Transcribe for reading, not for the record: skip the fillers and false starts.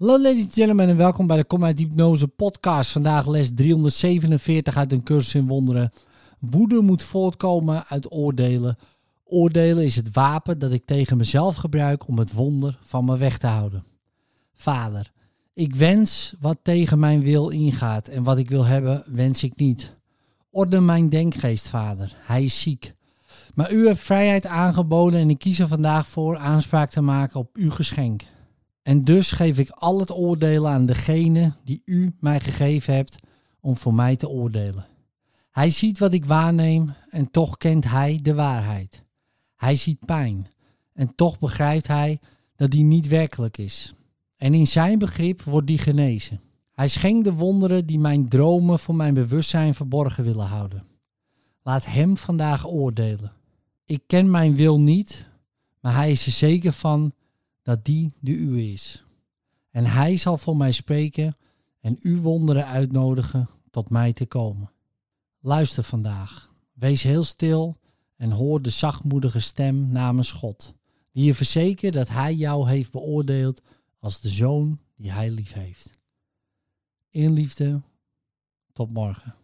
Hallo ladies and gentlemen en welkom bij de Kom uit Hypnose podcast. Vandaag les 347 uit een cursus in wonderen. Woede moet voortkomen uit oordelen. Oordelen is het wapen dat ik tegen mezelf gebruik om het wonder van me weg te houden. Vader, ik wens wat tegen mijn wil ingaat en wat ik wil hebben wens ik niet. Orden mijn denkgeest, Vader. Hij is ziek. Maar u hebt vrijheid aangeboden en ik kies er vandaag voor aanspraak te maken op uw geschenk. En dus geef ik al het oordelen aan degene die u mij gegeven hebt om voor mij te oordelen. Hij ziet wat ik waarneem en toch kent hij de waarheid. Hij ziet pijn en toch begrijpt hij dat die niet werkelijk is. En in zijn begrip wordt die genezen. Hij schenkt de wonderen die mijn dromen voor mijn bewustzijn verborgen willen houden. Laat hem vandaag oordelen. Ik ken mijn wil niet, maar hij is er zeker van dat die de uwe is. En hij zal voor mij spreken en uw wonderen uitnodigen tot mij te komen. Luister vandaag. Wees heel stil en hoor de zachtmoedige stem namens God, die je verzekert dat hij jou heeft beoordeeld als de zoon die hij lief heeft. In liefde, tot morgen.